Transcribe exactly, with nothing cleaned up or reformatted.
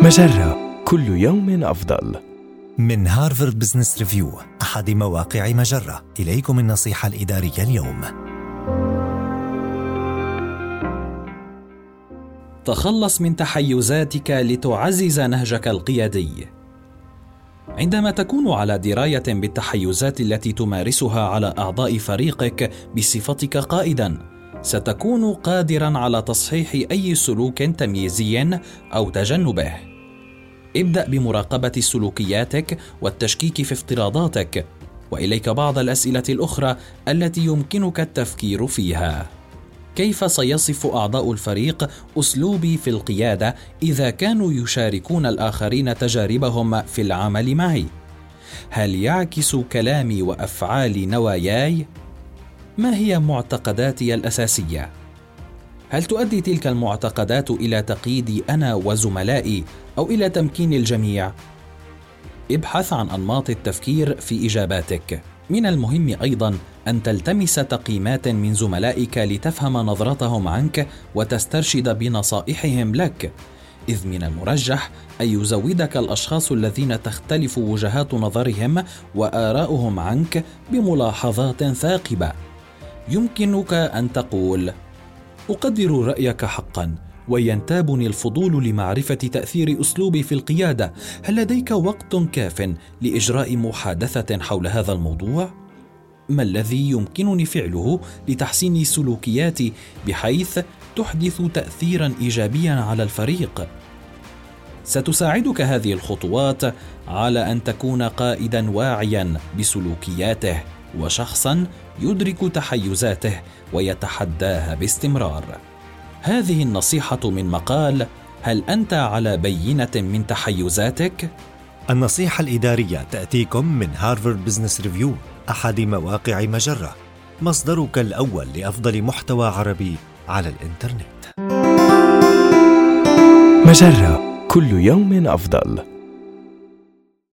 مجرة، كل يوم أفضل. من هارفارد بزنس ريفيو، أحد مواقع مجرة، إليكم النصيحة الإدارية اليوم. تخلص من تحيزاتك لتعزز نهجك القيادي. عندما تكون على دراية بالتحيزات التي تمارسها على أعضاء فريقك بصفتك قائداً، ستكون قادراً على تصحيح أي سلوك تمييزي أو تجنبه. ابدأ بمراقبة سلوكياتك والتشكيك في افتراضاتك، وإليك بعض الأسئلة الأخرى التي يمكنك التفكير فيها. كيف سيصف أعضاء الفريق أسلوبي في القيادة إذا كانوا يشاركون الآخرين تجاربهم في العمل معي؟ هل يعكس كلامي وأفعالي نواياي؟ ما هي معتقداتي الأساسية؟ هل تؤدي تلك المعتقدات إلى تقييدي أنا وزملائي أو إلى تمكين الجميع؟ ابحث عن أنماط التفكير في إجاباتك. من المهم أيضاً أن تلتمس تقييمات من زملائك لتفهم نظرتهم عنك وتسترشد بنصائحهم لك، إذ من المرجح أن يزودك الأشخاص الذين تختلف وجهات نظرهم وآراؤهم عنك بملاحظات ثاقبة. يمكنك أن تقول: أقدر رأيك حقاً، وينتابني الفضول لمعرفة تأثير أسلوبي في القيادة. هل لديك وقت كاف لإجراء محادثة حول هذا الموضوع؟ ما الذي يمكنني فعله لتحسين سلوكياتي بحيث تحدث تأثيراً إيجابياً على الفريق؟ ستساعدك هذه الخطوات على أن تكون قائداً واعياً بسلوكياته وشخصاً يدرك تحيزاته ويتحداها باستمرار. هذه النصيحة من مقال هل أنت على بينة من تحيزاتك؟ النصيحة الإدارية تأتيكم من هارفارد بزنس ريفيو، أحد مواقع مجرة، مصدرك الأول لأفضل محتوى عربي على الإنترنت. مجرة، كل يوم أفضل.